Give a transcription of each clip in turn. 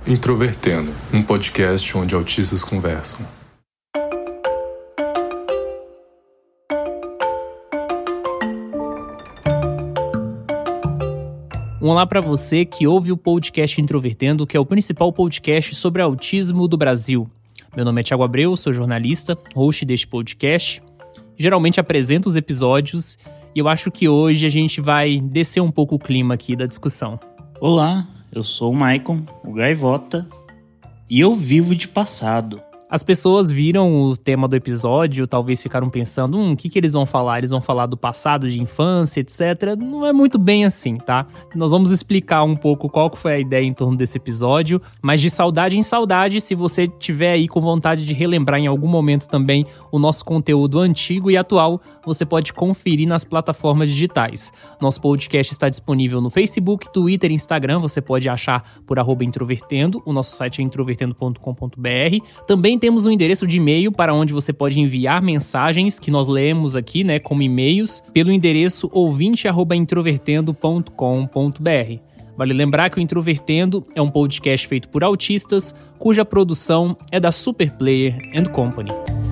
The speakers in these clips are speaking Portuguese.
Introvertendo, um podcast onde autistas conversam. Um olá para você que ouve o podcast Introvertendo, que é o principal podcast sobre autismo do Brasil. Meu nome é Thiago Abreu, sou jornalista, host deste podcast. Geralmente apresento os episódios e eu acho que hoje a gente vai descer um pouco o clima aqui da discussão. Olá, eu sou o Maicon, o Gaivota, e eu vivo de passado. As pessoas viram o tema do episódio, talvez ficaram pensando, o que eles vão falar? Eles vão falar do passado, de infância, etc. Não é muito bem assim, tá? Nós vamos explicar um pouco qual foi a ideia em torno desse episódio, mas de saudade em saudade, se você tiver aí com vontade de relembrar em algum momento também o nosso conteúdo antigo e atual, você pode conferir nas plataformas digitais. Nosso podcast está disponível no Facebook, Twitter e Instagram, você pode achar por @introvertendo, o nosso site é introvertendo.com.br. Também temos um endereço de e-mail para onde você pode enviar mensagens que nós lemos aqui, como e-mails, pelo endereço ouvinte@introvertendo.com.br. Vale lembrar que o Introvertendo é um podcast feito por autistas, cuja produção é da Superplayer & Company.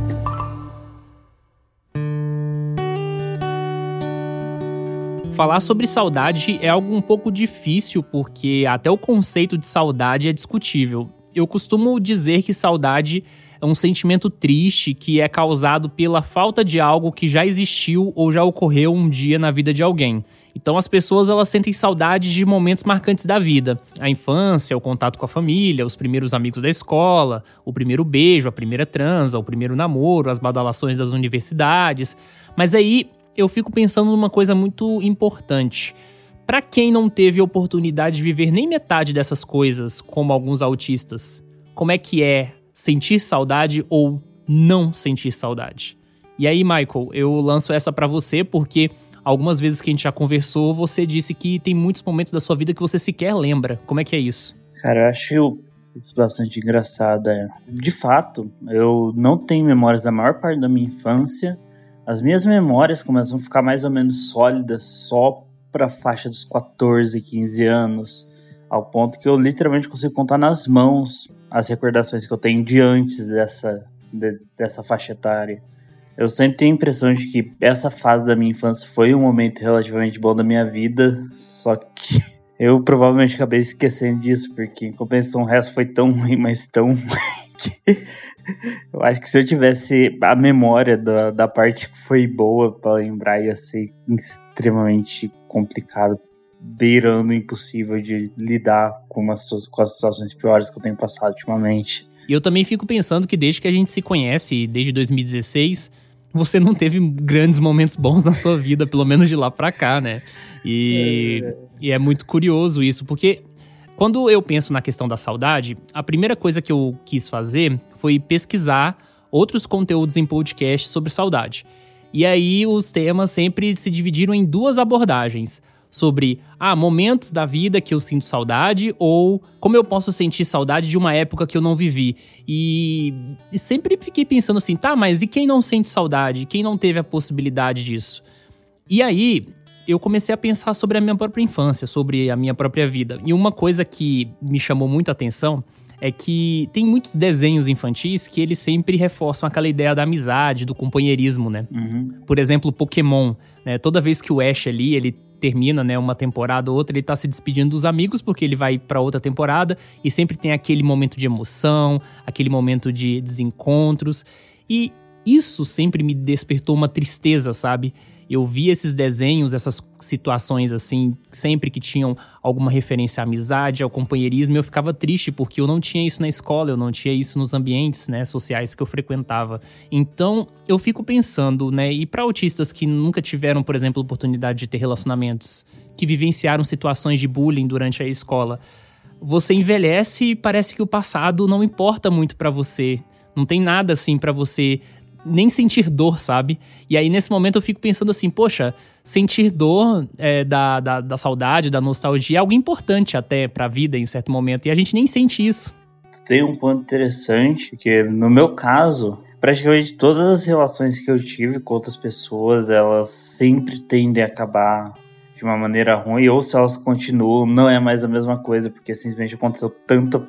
Falar sobre saudade é algo um pouco difícil, porque até o conceito de saudade é discutível. Eu costumo dizer que saudade é um sentimento triste que é causado pela falta de algo que já existiu ou já ocorreu um dia na vida de alguém. Então as pessoas elas sentem saudade de momentos marcantes da vida. A infância, o contato com a família, os primeiros amigos da escola, o primeiro beijo, a primeira transa, o primeiro namoro, as badalações das universidades. Mas aí eu fico pensando numa coisa muito importante. Para quem não teve a oportunidade de viver nem metade dessas coisas, como alguns autistas, como é que é sentir saudade ou não sentir saudade? E aí, Michael, eu lanço essa para você porque algumas vezes que a gente já conversou, você disse que tem muitos momentos da sua vida que você sequer lembra. Como é que é isso? Cara, eu acho isso bastante engraçado. De fato, eu não tenho memórias da maior parte da minha infância. As minhas memórias começam a ficar mais ou menos sólidas só para a faixa dos 14, 15 anos, ao ponto que eu literalmente consigo contar nas mãos as recordações que eu tenho de antes dessa faixa etária. Eu sempre tenho a impressão de que essa fase da minha infância foi um momento relativamente bom da minha vida, só que eu provavelmente acabei esquecendo disso, porque em compensação o resto foi tão ruim, mas tão ruim que eu acho que se eu tivesse a memória da parte que foi boa pra lembrar, ia ser extremamente complicado, beirando impossível de lidar com as situações piores que eu tenho passado ultimamente. E eu também fico pensando que desde que a gente se conhece, desde 2016, você não teve grandes momentos bons na sua vida, pelo menos de lá pra cá, né? E é muito curioso isso, porque quando eu penso na questão da saudade, a primeira coisa que eu quis fazer foi pesquisar outros conteúdos em podcast sobre saudade. E aí os temas sempre se dividiram em duas abordagens. Sobre, momentos da vida que eu sinto saudade ou como eu posso sentir saudade de uma época que eu não vivi. E sempre fiquei pensando assim, mas e quem não sente saudade? Quem não teve a possibilidade disso? E aí eu comecei a pensar sobre a minha própria infância, sobre a minha própria vida. E uma coisa que me chamou muito a atenção é que tem muitos desenhos infantis que eles sempre reforçam aquela ideia da amizade, do companheirismo, né? Uhum. Por exemplo, Pokémon, né? Toda vez que o Ash ali, ele termina, né, uma temporada ou outra, ele tá se despedindo dos amigos porque ele vai pra outra temporada e sempre tem aquele momento de emoção, aquele momento de desencontros. E isso sempre me despertou uma tristeza, sabe? Eu vi esses desenhos, essas situações assim, sempre que tinham alguma referência à amizade, ao companheirismo, eu ficava triste porque eu não tinha isso na escola, eu não tinha isso nos ambientes, sociais que eu frequentava. Então, eu fico pensando, e para autistas que nunca tiveram, por exemplo, oportunidade de ter relacionamentos, que vivenciaram situações de bullying durante a escola, você envelhece e parece que o passado não importa muito para você. Não tem nada assim para você nem sentir dor, sabe? E aí, nesse momento, eu fico pensando assim, poxa, sentir dor da saudade, da nostalgia é algo importante até pra vida em um certo momento. E a gente nem sente isso. Tem um ponto interessante, que no meu caso, praticamente todas as relações que eu tive com outras pessoas, elas sempre tendem a acabar de uma maneira ruim, ou se elas continuam, não é mais a mesma coisa, porque simplesmente aconteceu tanta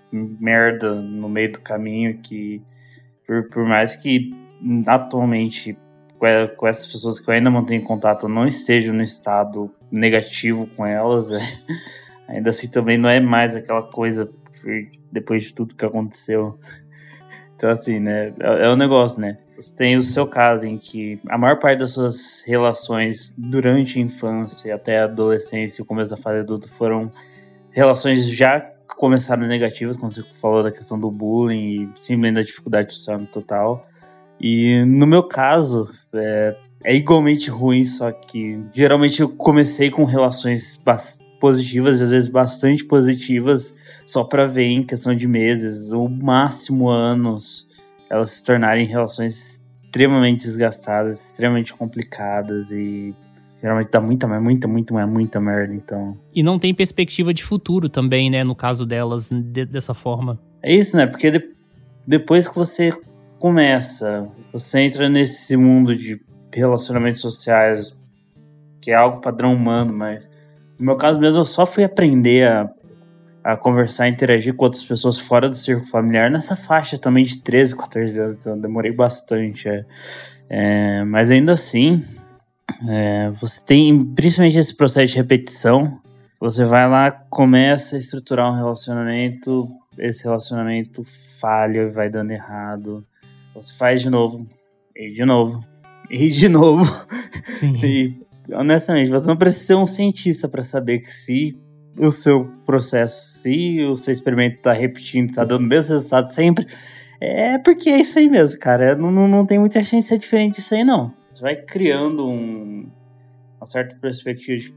merda no meio do caminho que, por mais que atualmente com essas pessoas que eu ainda mantenho contato não estejam no estado negativo com elas, ainda assim também não é mais aquela coisa depois de tudo que aconteceu. Então assim, né, é um negócio, né? Você tem o seu caso em que a maior parte das suas relações durante a infância até a adolescência e o começo da fase adulta foram relações já que começaram negativas, quando você falou da questão do bullying e simplesmente da dificuldade social total. E no meu caso, é igualmente ruim, só que geralmente eu comecei com relações positivas, às vezes bastante positivas, só pra ver em questão de meses, ou máximo anos, elas se tornarem relações extremamente desgastadas, extremamente complicadas e geralmente dá muita merda, então... E não tem perspectiva de futuro também, né, no caso delas, dessa forma. É isso, né, porque depois que você começa, você entra nesse mundo de relacionamentos sociais, que é algo padrão humano, mas no meu caso mesmo eu só fui aprender a conversar e interagir com outras pessoas fora do círculo familiar nessa faixa também de 13, 14 anos, então demorei bastante, mas ainda assim, você tem principalmente esse processo de repetição, você vai lá, começa a estruturar um relacionamento, esse relacionamento falha e vai dando errado, você faz de novo, e de novo, e de novo. Sim. E, honestamente, você não precisa ser um cientista para saber que se o seu processo, se o seu experimento tá repetindo, tá dando o mesmo resultado sempre, é porque é isso aí mesmo, cara. Não tem muita chance de ser diferente disso aí, não. Você vai criando uma certa perspectiva de,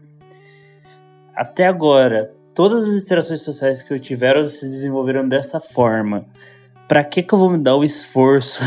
até agora, todas as interações sociais que eu tiveram se desenvolveram dessa forma. Pra que eu vou me dar o esforço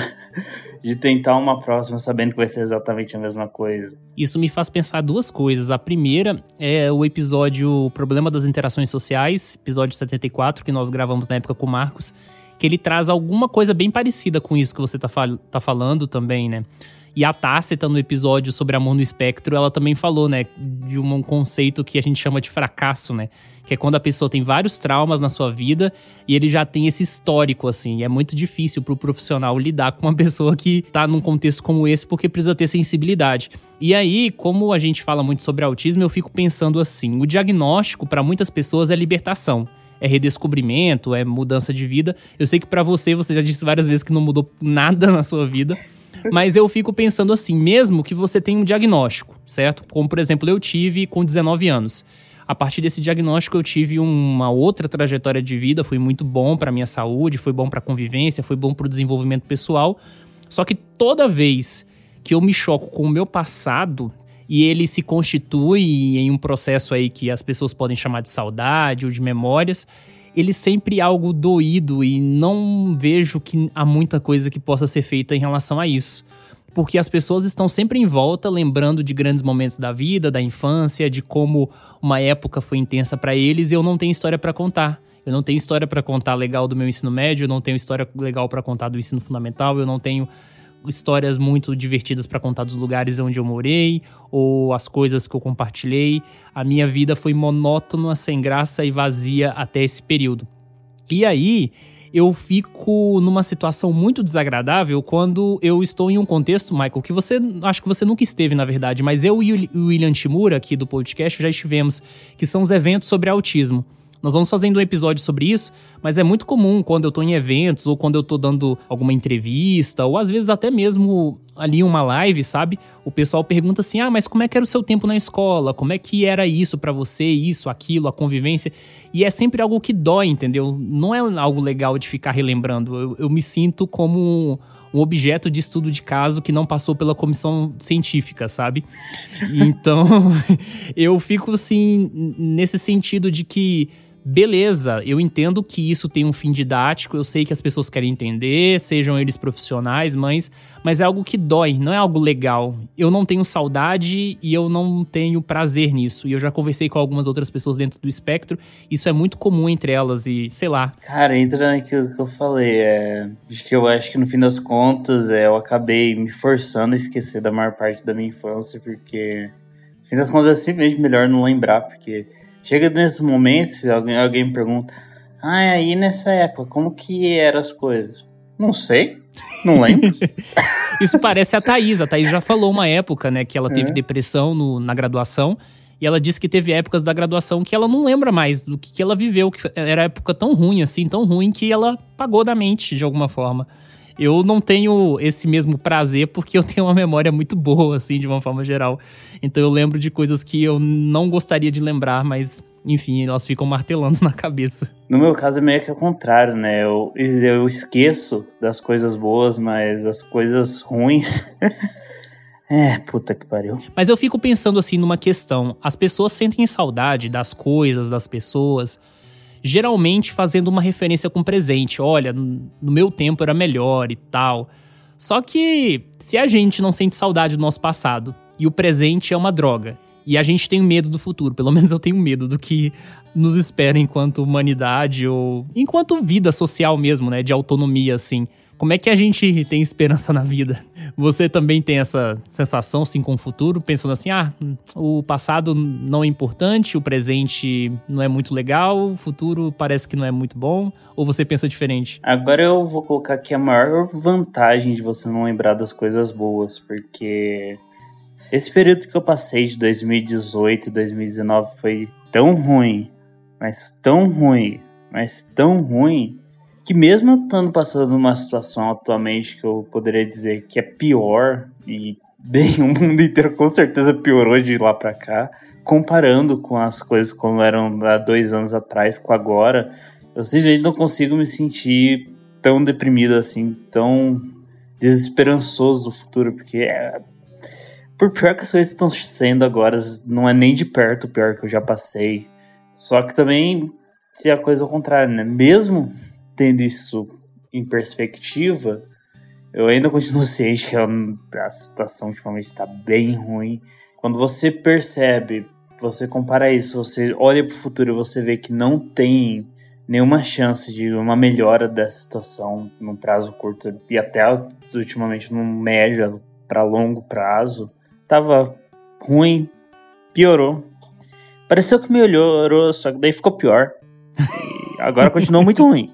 de tentar uma próxima sabendo que vai ser exatamente a mesma coisa? Isso me faz pensar duas coisas. A primeira é o episódio Problema das Interações Sociais, episódio 74, que nós gravamos na época com o Marcos, que ele traz alguma coisa bem parecida com isso que você tá falando também, né? E a Tácita, no episódio sobre amor no espectro, ela também falou, né, de um conceito que a gente chama de fracasso, né? Que é quando a pessoa tem vários traumas na sua vida e ele já tem esse histórico, assim. E é muito difícil pro profissional lidar com uma pessoa que tá num contexto como esse porque precisa ter sensibilidade. E aí, como a gente fala muito sobre autismo, eu fico pensando assim, o diagnóstico para muitas pessoas é libertação. É redescobrimento, é mudança de vida. Eu sei que pra você já disse várias vezes que não mudou nada na sua vida. Mas eu fico pensando assim, mesmo que você tenha um diagnóstico, certo? Como, por exemplo, eu tive com 19 anos. A partir desse diagnóstico, eu tive uma outra trajetória de vida. Foi muito bom pra minha saúde, foi bom pra convivência, foi bom pro desenvolvimento pessoal. Só que toda vez que eu me choco com o meu passado e ele se constitui em um processo aí que as pessoas podem chamar de saudade ou de memórias, ele sempre é algo doído e não vejo que há muita coisa que possa ser feita em relação a isso. Porque as pessoas estão sempre em volta, lembrando de grandes momentos da vida, da infância, de como uma época foi intensa para eles e eu não tenho história para contar. Eu não tenho história para contar legal do meu ensino médio, eu não tenho história legal para contar do ensino fundamental, eu não tenho histórias muito divertidas para contar dos lugares onde eu morei ou as coisas que eu compartilhei. A minha vida foi monótona, sem graça e vazia até esse período. E aí, eu fico numa situação muito desagradável quando eu estou em um contexto, Michael, que acho que você nunca esteve, na verdade, mas eu e o William Timura, aqui do podcast, já estivemos, que são os eventos sobre autismo. Nós vamos fazendo um episódio sobre isso, mas é muito comum quando eu tô em eventos ou quando eu tô dando alguma entrevista ou às vezes até mesmo ali uma live, sabe? O pessoal pergunta assim, mas como é que era o seu tempo na escola? Como é que era isso pra você, isso, aquilo, a convivência? E é sempre algo que dói, entendeu? Não é algo legal de ficar relembrando. Eu me sinto como um objeto de estudo de caso que não passou pela comissão científica, sabe? Então, eu fico assim, nesse sentido de que beleza, eu entendo que isso tem um fim didático, eu sei que as pessoas querem entender, sejam eles profissionais, mas é algo que dói, não é algo legal. Eu não tenho saudade e eu não tenho prazer nisso. E eu já conversei com algumas outras pessoas dentro do espectro, isso é muito comum entre elas e sei lá. Cara, entra naquilo que eu falei, de que eu acho que no fim das contas eu acabei me forçando a esquecer da maior parte da minha infância, porque no fim das contas é simplesmente melhor não lembrar, porque chega nesses momentos, alguém me pergunta, Ah, aí nessa época, como que eram as coisas? Não sei, não lembro. Isso parece a Thaís. A Thaís já falou uma época, né, que ela teve depressão na graduação. E ela disse que teve épocas da graduação que ela não lembra mais do que ela viveu. Que era época tão ruim, assim, tão ruim, que ela apagou da mente, de alguma forma. Eu não tenho esse mesmo prazer porque eu tenho uma memória muito boa, assim, de uma forma geral. Então eu lembro de coisas que eu não gostaria de lembrar, mas, enfim, elas ficam martelando na cabeça. No meu caso é meio que o contrário, né? Eu esqueço das coisas boas, mas as coisas ruins... puta que pariu. Mas eu fico pensando, assim, numa questão. As pessoas sentem saudade das coisas, das pessoas... geralmente fazendo uma referência com presente. Olha, no meu tempo era melhor e tal. Só que se a gente não sente saudade do nosso passado e o presente é uma droga, e a gente tem medo do futuro, pelo menos eu tenho medo do que nos espera enquanto humanidade ou enquanto vida social mesmo, né, de autonomia, assim. Como é que a gente tem esperança na vida? Você também tem essa sensação, assim, com o futuro? Pensando assim, o passado não é importante, o presente não é muito legal, o futuro parece que não é muito bom? Ou você pensa diferente? Agora eu vou colocar aqui a maior vantagem de você não lembrar das coisas boas, porque esse período que eu passei de 2018 e 2019 foi tão ruim, mas tão ruim, mas tão ruim, que mesmo eu estando passando numa situação atualmente que eu poderia dizer que é pior, e bem, o mundo inteiro com certeza piorou de lá pra cá, comparando com as coisas como eram há 2 anos atrás com agora, eu simplesmente não consigo me sentir tão deprimido assim, tão desesperançoso do futuro, porque por pior que as coisas estão sendo agora, não é nem de perto o pior que eu já passei. Só que também tem a coisa ao contrário, né? Mesmo tendo isso em perspectiva, eu ainda continuo ciente que a situação ultimamente está bem ruim. Quando você percebe, você compara isso, você olha para o futuro e você vê que não tem nenhuma chance de uma melhora dessa situação num prazo curto e até ultimamente num médio para longo prazo, tava ruim, piorou. Pareceu que melhorou, só que daí ficou pior. E agora continuou muito ruim.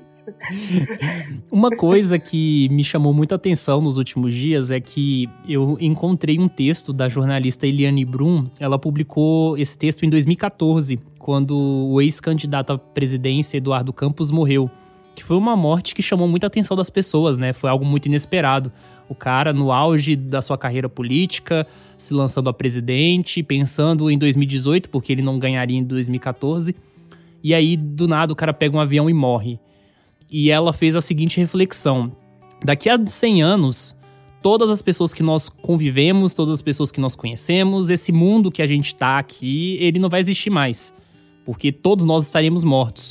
Uma coisa que me chamou muita atenção nos últimos dias é que eu encontrei um texto da jornalista Eliane Brum. Ela publicou esse texto em 2014, quando o ex-candidato à presidência, Eduardo Campos, morreu. Que foi uma morte que chamou muita atenção das pessoas, né? Foi algo muito inesperado. O cara, no auge da sua carreira política, se lançando a presidente, pensando em 2018, porque ele não ganharia em 2014. E aí, do nada, o cara pega um avião e morre. E ela fez a seguinte reflexão: daqui a 100 anos, todas as pessoas que nós convivemos, todas as pessoas que nós conhecemos, esse mundo que a gente tá aqui, ele não vai existir mais, porque todos nós estaremos mortos.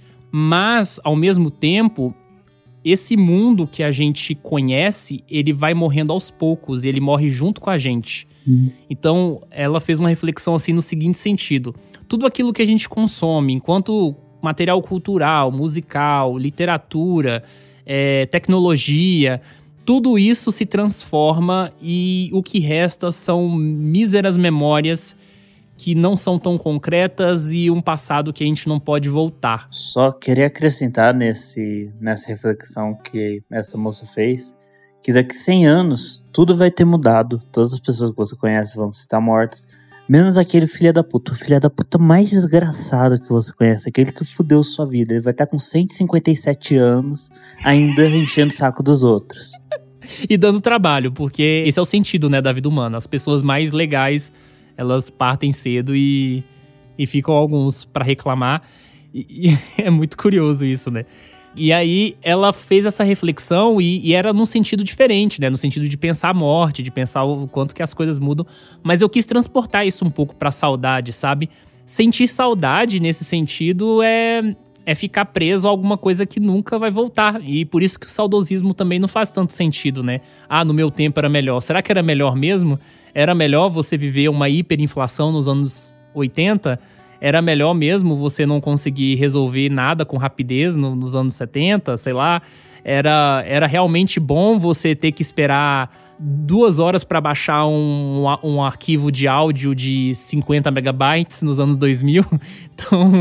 Mas, ao mesmo tempo, esse mundo que a gente conhece, ele vai morrendo aos poucos, e ele morre junto com a gente. Então, ela fez uma reflexão assim no seguinte sentido: tudo aquilo que a gente consome, enquanto material cultural, musical, literatura, tecnologia, tudo isso se transforma e o que resta são míseras memórias que não são tão concretas e um passado que a gente não pode voltar. Só queria acrescentar nessa reflexão que essa moça fez, que daqui a 100 anos tudo vai ter mudado, todas as pessoas que você conhece vão estar mortas, menos aquele filho da puta. O filho da puta mais desgraçado que você conhece, aquele que fudeu sua vida. Ele vai estar com 157 anos, ainda enchendo o saco dos outros. E dando trabalho, porque esse é o sentido, né, da vida humana. As pessoas mais legais, elas partem cedo e ficam alguns pra reclamar. E é muito curioso isso, né? E aí ela fez essa reflexão e era num sentido diferente, né? No sentido de pensar a morte, de pensar o quanto que as coisas mudam. Mas eu quis transportar isso um pouco pra saudade, sabe? Sentir saudade nesse sentido é ficar preso a alguma coisa que nunca vai voltar. E por isso que o saudosismo também não faz tanto sentido, né? No meu tempo era melhor. Será que era melhor mesmo? Era melhor você viver uma hiperinflação nos anos 80? Era melhor mesmo você não conseguir resolver nada com rapidez nos anos 70, sei lá. Era realmente bom você ter que esperar 2 horas para baixar um arquivo de áudio de 50 megabytes nos anos 2000. Então,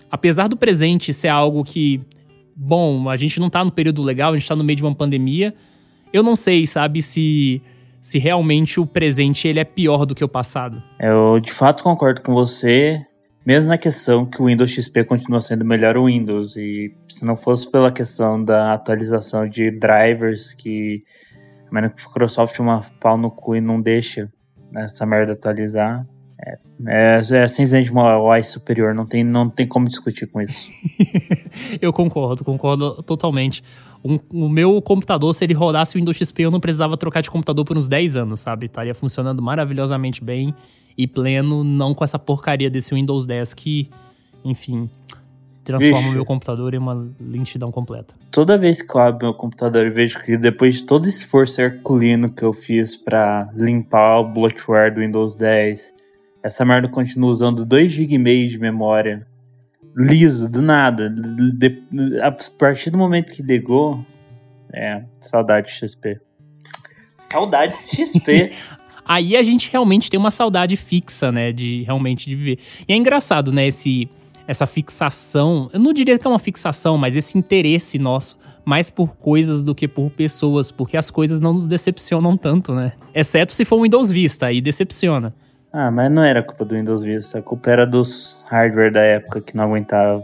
apesar do presente ser algo que, bom, a gente não tá no período legal, a gente tá no meio de uma pandemia, eu não sei, sabe, se realmente o presente ele é pior do que o passado. Eu de fato concordo com você, mesmo na questão que o Windows XP continua sendo o melhor Windows, e se não fosse pela questão da atualização de drivers, que a Microsoft é uma pau no cu e não deixa essa merda atualizar, é simplesmente uma UI superior, não tem como discutir com isso. Eu concordo totalmente. O meu computador, se ele rodasse o Windows XP, eu não precisava trocar de computador por uns 10 anos, sabe? Estaria funcionando maravilhosamente bem e pleno, não com essa porcaria desse Windows 10 que, enfim, transforma o meu computador em uma lentidão completa. Toda vez que eu abro meu computador e vejo que depois de todo esse esforço herculino que eu fiz pra limpar o bloatware do Windows 10, essa merda continua usando 2,5 GB de memória. Liso, do nada. A partir do momento que ligou, saudade XP. Saudades XP. Aí a gente realmente tem uma saudade fixa, né, de viver. E é engraçado, né, essa fixação, eu não diria que é uma fixação, mas esse interesse nosso, mais por coisas do que por pessoas, porque as coisas não nos decepcionam tanto, né? Exceto se for um Windows Vista, aí decepciona. Ah, mas não era culpa do Windows Vista, a culpa era dos hardware da época que não aguentava.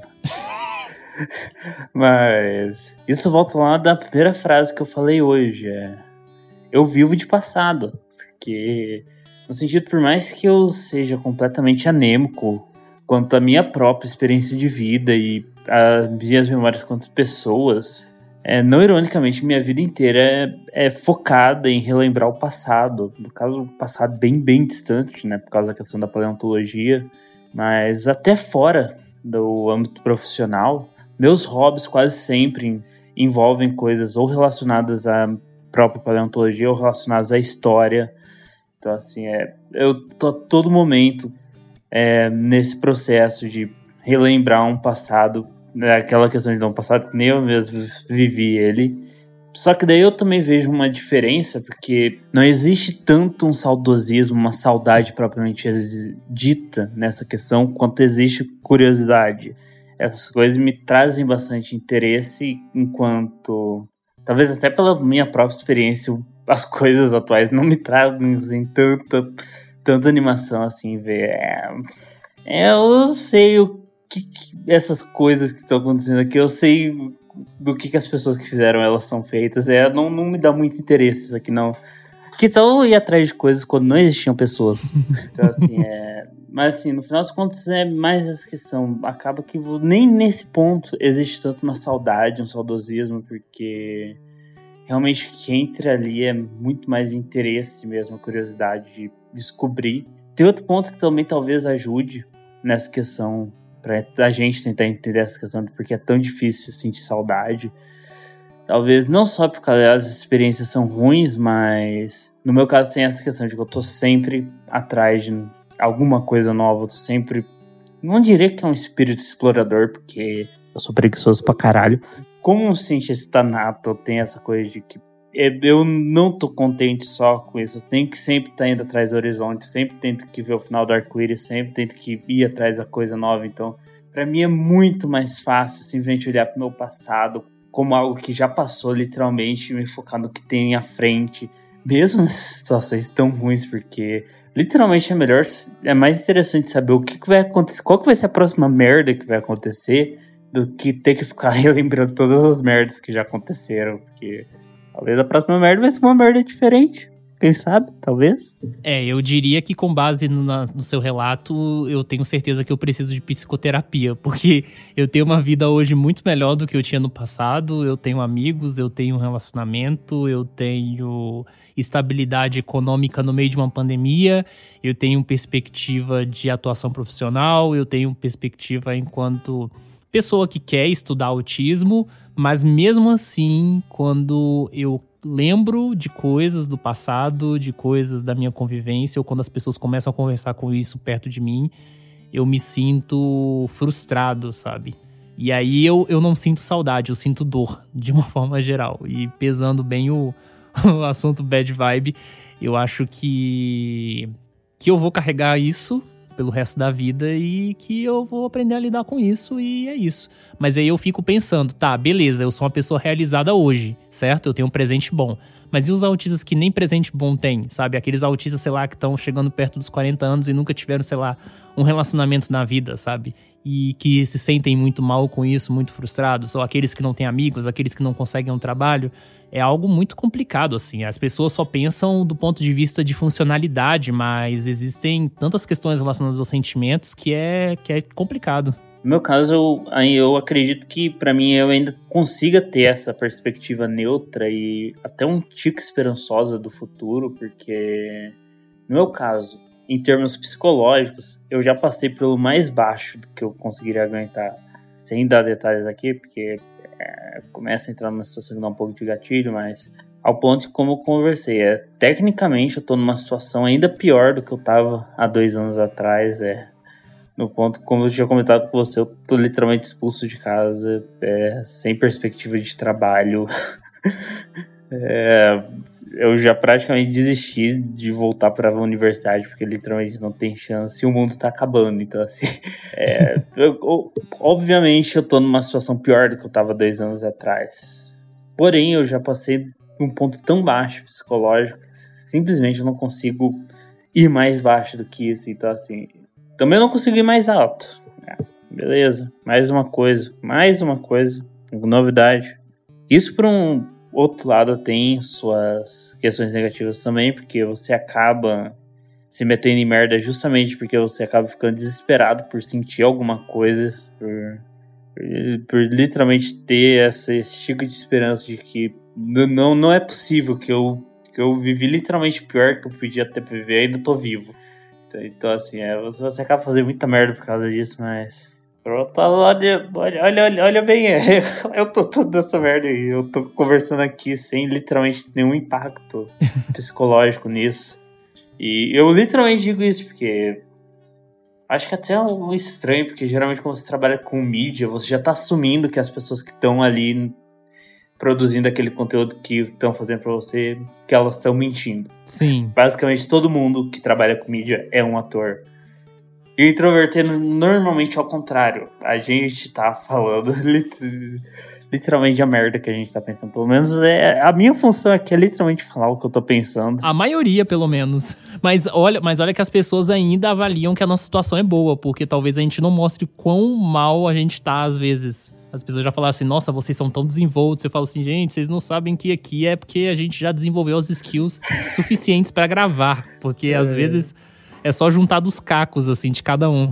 Mas isso volta lá da primeira frase que eu falei hoje, eu vivo de passado, porque no sentido, por mais que eu seja completamente anêmico quanto à minha própria experiência de vida e as minhas memórias quanto pessoas, não ironicamente, minha vida inteira é focada em relembrar o passado. No caso, o passado bem, bem distante, né? Por causa da questão da paleontologia. Mas até fora do âmbito profissional, meus hobbies quase sempre envolvem coisas ou relacionadas à própria paleontologia ou relacionadas à história. Então, assim, eu tô a todo momento nesse processo de relembrar um passado, aquela questão de um passado que nem eu mesmo vivi ele. Só que daí eu também vejo uma diferença, porque não existe tanto um saudosismo, uma saudade propriamente dita nessa questão, quanto existe curiosidade. Essas coisas me trazem bastante interesse, enquanto, talvez até pela minha própria experiência, as coisas atuais não me trazem tanta animação assim, ver. Eu sei o que essas coisas que estão acontecendo aqui, eu sei do que as pessoas que fizeram elas são feitas. Não me dá muito interesse isso aqui, não. Que tal eu ir atrás de coisas quando não existiam pessoas? Então, assim, mas, assim, no final das contas, é mais essa questão. Acaba que nem nesse ponto existe tanto uma saudade, um saudosismo, porque realmente o que entra ali é muito mais interesse mesmo, a curiosidade de descobrir. Tem outro ponto que também talvez ajude nessa questão, pra a gente tentar entender essa questão de porque é tão difícil sentir saudade. Talvez não só porque as experiências são ruins, mas no meu caso tem essa questão de que eu tô sempre atrás de alguma coisa nova, eu tô sempre... Não diria que é um espírito explorador, porque eu sou preguiçoso pra caralho. Como um cientista nato, eu tenho essa coisa de que eu não tô contente só com isso, eu tenho que sempre estar indo atrás do horizonte, sempre tento que ver o final do arco-íris, sempre tento que ir atrás da coisa nova. Então, pra mim é muito mais fácil simplesmente olhar pro meu passado como algo que já passou, literalmente, e me focar no que tem à frente, mesmo nessas situações tão ruins, porque literalmente é mais interessante saber o que vai acontecer, qual que vai ser a próxima merda que vai acontecer, do que ter que ficar relembrando todas as merdas que já aconteceram, porque talvez a próxima merda vai ser uma merda diferente. Quem sabe? Talvez. Eu diria que com base no seu relato, eu tenho certeza que eu preciso de psicoterapia, porque eu tenho uma vida hoje muito melhor do que eu tinha no passado, eu tenho amigos, eu tenho um relacionamento, eu tenho estabilidade econômica no meio de uma pandemia, eu tenho perspectiva de atuação profissional, eu tenho perspectiva enquanto pessoa que quer estudar autismo, mas mesmo assim, quando eu lembro de coisas do passado, de coisas da minha convivência, ou quando as pessoas começam a conversar com isso perto de mim, eu me sinto frustrado, sabe? E aí eu não sinto saudade, eu sinto dor, de uma forma geral. E pesando bem o assunto bad vibe, eu acho que eu vou carregar isso pelo resto da vida e que eu vou aprender a lidar com isso e é isso. Mas aí eu fico pensando, tá, beleza, eu sou uma pessoa realizada hoje, certo? Eu tenho um presente bom. Mas e os autistas que nem presente bom têm, sabe? Aqueles autistas, sei lá, que estão chegando perto dos 40 anos e nunca tiveram, sei lá, um relacionamento na vida, sabe? E que se sentem muito mal com isso, muito frustrados. Ou aqueles que não têm amigos, aqueles que não conseguem um trabalho. É algo muito complicado, assim. As pessoas só pensam do ponto de vista de funcionalidade, mas existem tantas questões relacionadas aos sentimentos que é complicado. No meu caso, eu acredito que, pra mim, eu ainda consiga ter essa perspectiva neutra e até um tico esperançosa do futuro, porque, no meu caso, em termos psicológicos, eu já passei pelo mais baixo do que eu conseguiria aguentar. Sem dar detalhes aqui, porque começa a entrar numa situação que dá um pouco de gatilho, mas ao ponto que, como eu conversei, tecnicamente eu tô numa situação ainda pior do que eu tava há 2 anos atrás, no ponto, como eu tinha comentado com você, eu tô literalmente expulso de casa, sem perspectiva de trabalho. Eu já praticamente desisti de voltar para a universidade, porque literalmente não tem chance e o mundo tá acabando. Então, assim, obviamente eu tô numa situação pior do que eu tava 2 anos atrás. Porém, eu já passei um ponto tão baixo psicológico que simplesmente eu não consigo ir mais baixo do que isso. Então, assim, também não consigo ir mais alto. Beleza, mais uma coisa, novidade. Isso por um outro lado tem suas questões negativas também, porque você acaba se metendo em merda justamente porque você acaba ficando desesperado por sentir alguma coisa, por literalmente ter esse tipo de esperança de que não é possível, que eu vivi literalmente pior que eu podia até viver e ainda tô vivo. Então assim, você acaba fazendo muita merda por causa disso, mas... Olha bem, eu tô toda essa merda aí, eu tô conversando aqui sem literalmente nenhum impacto psicológico nisso. E eu literalmente digo isso porque acho que até é um estranho, porque geralmente quando você trabalha com mídia, você já tá assumindo que as pessoas que estão ali produzindo aquele conteúdo que estão fazendo pra você, que elas estão mentindo. Sim. Basicamente todo mundo que trabalha com mídia é um ator. E o introvertido normalmente ao contrário. A gente tá falando literalmente a merda que a gente tá pensando. Pelo menos a minha função aqui é literalmente falar o que eu tô pensando. A maioria, pelo menos. Mas olha que as pessoas ainda avaliam que a nossa situação é boa, porque talvez a gente não mostre quão mal a gente tá às vezes. As pessoas já falaram assim, nossa, vocês são tão desenvoltos. Eu falo assim, gente, vocês não sabem que aqui é porque a gente já desenvolveu as skills suficientes pra gravar. Porque às vezes... é só juntar dos cacos, assim, de cada um.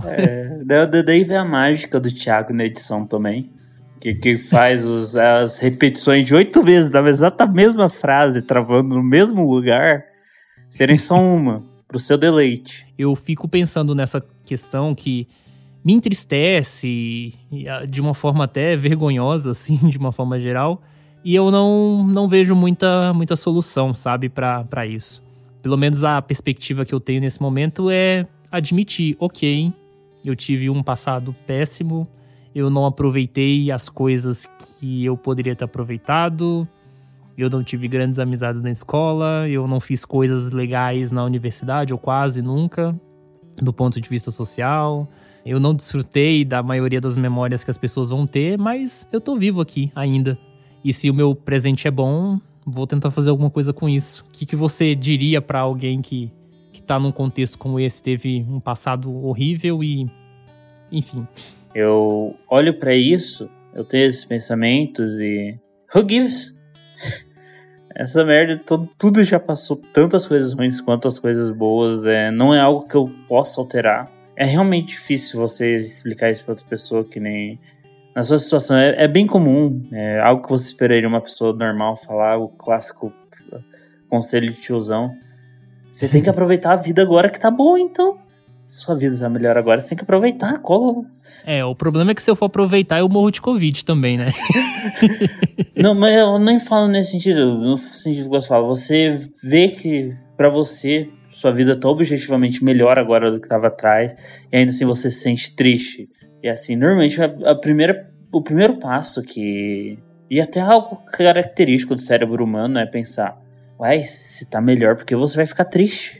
Daí vem a mágica do Thiago na edição também. Que faz as repetições de 8 vezes da exata mesma frase, travando no mesmo lugar, serem só uma, pro seu deleite. Eu fico pensando nessa questão que me entristece, de uma forma até vergonhosa, assim, de uma forma geral. E eu não vejo muita solução, sabe, pra isso. Pelo menos a perspectiva que eu tenho nesse momento é admitir, ok, eu tive um passado péssimo, eu não aproveitei as coisas que eu poderia ter aproveitado, eu não tive grandes amizades na escola, eu não fiz coisas legais na universidade, ou quase nunca, do ponto de vista social. Eu não desfrutei da maioria das memórias que as pessoas vão ter, mas eu tô vivo aqui ainda. E se o meu presente é bom... vou tentar fazer alguma coisa com isso. O que você diria pra alguém que tá num contexto como esse, teve um passado horrível e... enfim. Eu olho pra isso, eu tenho esses pensamentos e... who gives? Essa merda, tudo já passou, tanto as coisas ruins quanto as coisas boas. Não é algo que eu possa alterar. É realmente difícil você explicar isso pra outra pessoa que nem... na sua situação, é bem comum, é algo que você esperaria uma pessoa normal falar, o clássico conselho de tiozão. Você tem que aproveitar a vida agora que tá boa, então. Sua vida tá melhor agora, você tem que aproveitar. O problema é que se eu for aproveitar, eu morro de Covid também, né? Não, mas eu nem falo nesse sentido, no sentido que você fala. Você vê que, pra você, sua vida tá objetivamente melhor agora do que tava atrás, e ainda assim você se sente triste. E assim, normalmente o primeiro passo e até algo característico do cérebro humano é pensar, uai, se tá melhor porque você vai ficar triste.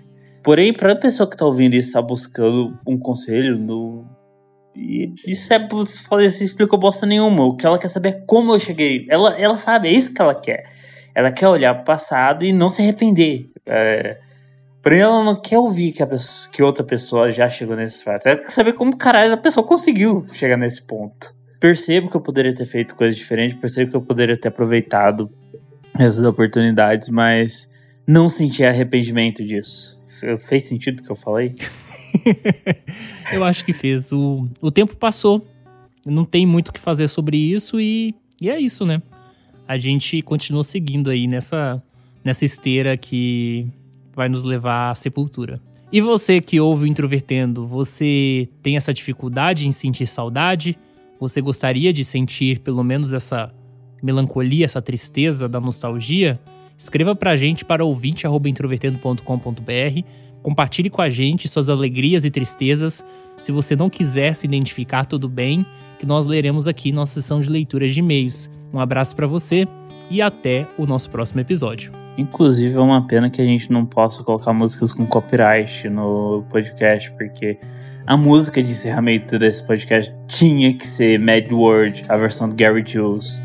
Porém, para a pessoa que tá ouvindo isso, tá buscando um conselho, isso você explicou bosta nenhuma. O que ela quer saber é como eu cheguei. Ela sabe, é isso que ela quer. Ela quer olhar pro passado e não se arrepender. Porém, ela não quer ouvir que outra pessoa já chegou nesse fato. Ela quer saber como caralho a pessoa conseguiu chegar nesse ponto. Percebo que eu poderia ter feito coisas diferentes, percebo que eu poderia ter aproveitado essas oportunidades, mas não senti arrependimento disso. Fez sentido o que eu falei? Eu acho que fez. O tempo passou. Não tem muito o que fazer sobre isso e é isso, né? A gente continua seguindo aí nessa esteira que vai nos levar à sepultura. E você que ouve o Introvertendo, você tem essa dificuldade em sentir saudade? Você gostaria de sentir pelo menos essa melancolia, essa tristeza da nostalgia? Escreva pra gente para ouvinte@introvertendo.com.br. Compartilhe com a gente suas alegrias e tristezas. Se você não quiser se identificar, tudo bem, que nós leremos aqui nossa sessão de leituras de e-mails. Um abraço pra você e até o nosso próximo episódio. Inclusive, é uma pena que a gente não possa colocar músicas com copyright no podcast, porque a música de encerramento desse podcast tinha que ser Mad World, a versão do Gary Jules.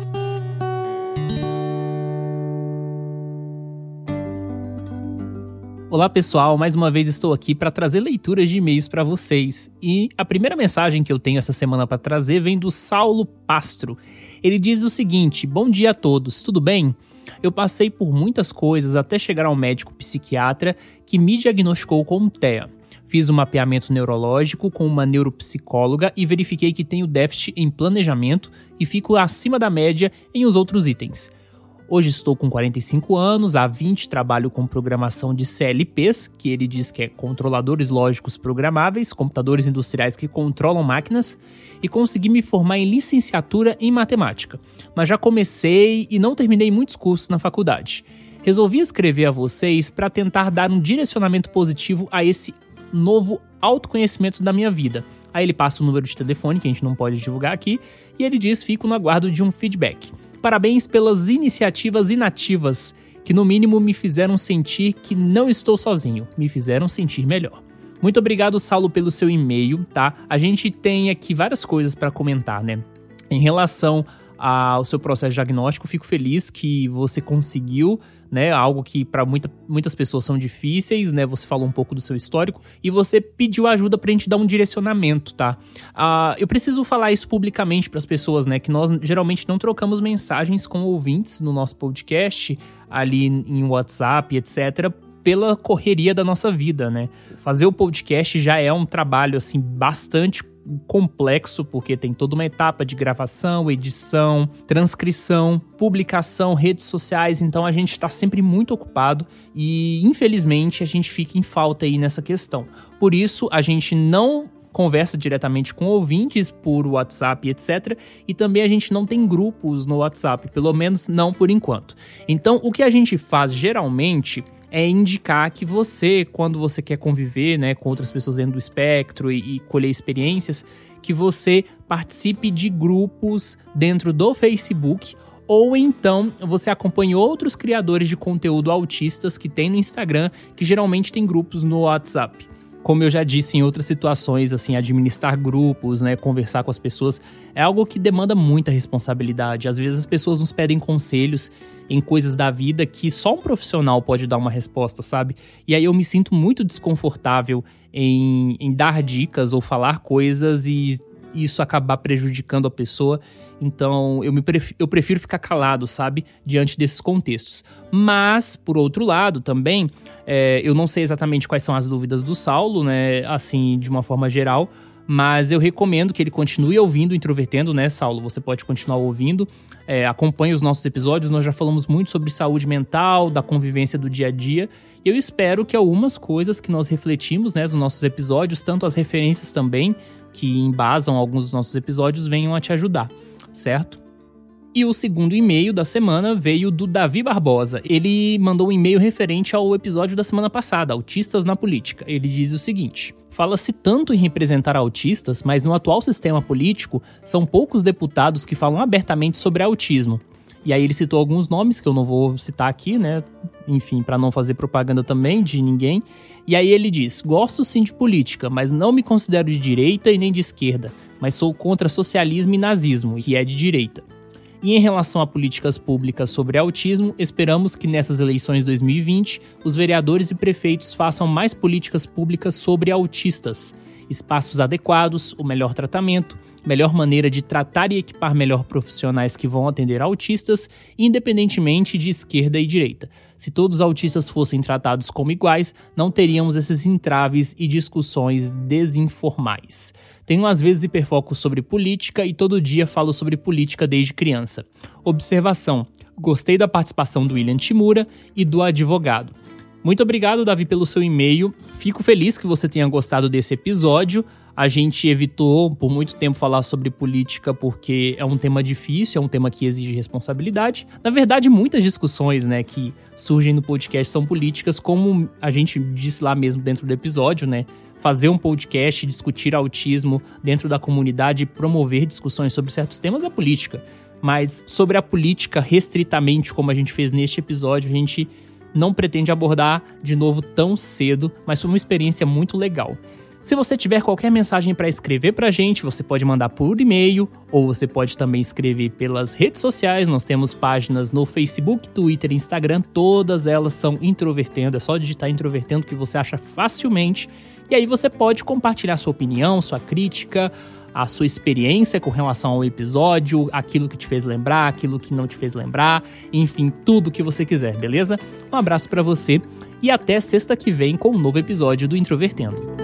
Olá pessoal, mais uma vez estou aqui para trazer leituras de e-mails para vocês. E a primeira mensagem que eu tenho essa semana para trazer vem do Saulo Pastro. Ele diz o seguinte: bom dia a todos, tudo bem? Eu passei por muitas coisas até chegar ao médico psiquiatra que me diagnosticou com TEA. Fiz um mapeamento neurológico com uma neuropsicóloga e verifiquei que tenho déficit em planejamento e fico acima da média em os outros itens. Hoje estou com 45 anos, há 20 trabalho com programação de CLPs, que ele diz que é controladores lógicos programáveis, computadores industriais que controlam máquinas, e consegui me formar em licenciatura em matemática. Mas já comecei e não terminei muitos cursos na faculdade. Resolvi escrever a vocês para tentar dar um direcionamento positivo a esse novo autoconhecimento da minha vida. Aí ele passa o número de telefone, que a gente não pode divulgar aqui, e ele diz: fico no aguardo de um feedback. Parabéns pelas iniciativas inativas, que no mínimo me fizeram sentir que não estou sozinho, me fizeram sentir melhor. Muito obrigado, Saulo, pelo seu e-mail, tá? A gente tem aqui várias coisas para comentar, né? Em relação ao seu processo diagnóstico, fico feliz que você conseguiu, né? Algo que para muitas pessoas são difíceis, né? Você falou um pouco do seu histórico e você pediu ajuda pra gente dar um direcionamento, tá? Eu preciso falar isso publicamente pras pessoas, né? Que nós geralmente não trocamos mensagens com ouvintes no nosso podcast, ali em WhatsApp, etc., pela correria da nossa vida, né? Fazer o podcast já é um trabalho, assim, bastante complexo, porque tem toda uma etapa de gravação, edição, transcrição, publicação, redes sociais, então a gente está sempre muito ocupado e, infelizmente, a gente fica em falta aí nessa questão. Por isso, a gente não conversa diretamente com ouvintes por WhatsApp, etc. E também a gente não tem grupos no WhatsApp, pelo menos não por enquanto. Então, o que a gente faz geralmente é indicar que você, quando você quer conviver, né, com outras pessoas dentro do espectro e colher experiências, que você participe de grupos dentro do Facebook, ou então você acompanhe outros criadores de conteúdo autistas que tem no Instagram, que geralmente tem grupos no WhatsApp. Como eu já disse em outras situações, assim, administrar grupos, né, conversar com as pessoas, é algo que demanda muita responsabilidade. Às vezes as pessoas nos pedem conselhos em coisas da vida que só um profissional pode dar uma resposta, sabe? E aí eu me sinto muito desconfortável em dar dicas ou falar coisas e isso acabar prejudicando a pessoa. Então, eu prefiro ficar calado, sabe? Diante desses contextos. Mas, por outro lado, também, eu não sei exatamente quais são as dúvidas do Saulo, né? Assim, de uma forma geral. Mas eu recomendo que ele continue ouvindo Introvertendo, né, Saulo? Você pode continuar ouvindo. Acompanhe os nossos episódios. Nós já falamos muito sobre saúde mental, da convivência do dia a dia. E eu espero que algumas coisas que nós refletimos, né, nos nossos episódios, tanto as referências também, que embasam alguns dos nossos episódios, venham a te ajudar, certo? E o segundo e-mail da semana veio do Davi Barbosa. Ele mandou um e-mail referente ao episódio da semana passada, Autistas na Política. Ele diz o seguinte: fala-se tanto em representar autistas, mas no atual sistema político, são poucos deputados que falam abertamente sobre autismo. E aí ele citou alguns nomes que eu não vou citar aqui, né? Enfim, para não fazer propaganda também de ninguém. E aí ele diz: gosto sim de política, mas não me considero de direita e nem de esquerda, mas sou contra socialismo e nazismo, que é de direita. E em relação a políticas públicas sobre autismo, esperamos que nessas eleições 2020, os vereadores e prefeitos façam mais políticas públicas sobre autistas, espaços adequados, o melhor tratamento, melhor maneira de tratar e equipar melhor profissionais que vão atender autistas, independentemente de esquerda e direita. Se todos os autistas fossem tratados como iguais, não teríamos esses entraves e discussões desinformais. Tenho às vezes hiperfoco sobre política e todo dia falo sobre política desde criança. Observação: gostei da participação do William Timura e do advogado. Muito obrigado, Davi, pelo seu e-mail. Fico feliz que você tenha gostado desse episódio. A gente evitou por muito tempo falar sobre política porque é um tema difícil, é um tema que exige responsabilidade. Na verdade, muitas discussões, né, que surgem no podcast são políticas, como a gente disse lá mesmo dentro do episódio, né? Fazer um podcast, discutir autismo dentro da comunidade e promover discussões sobre certos temas é política. Mas sobre a política restritamente, como a gente fez neste episódio, a gente não pretende abordar de novo tão cedo, mas foi uma experiência muito legal. Se você tiver qualquer mensagem para escrever pra gente, você pode mandar por e-mail ou você pode também escrever pelas redes sociais. Nós temos páginas no Facebook, Twitter e Instagram, todas elas são Introvertendo. É só digitar Introvertendo que você acha facilmente. E aí você pode compartilhar sua opinião, sua crítica, a sua experiência com relação ao episódio, aquilo que te fez lembrar, aquilo que não te fez lembrar, enfim, tudo que você quiser, beleza? Um abraço pra você e até sexta que vem com um novo episódio do Introvertendo.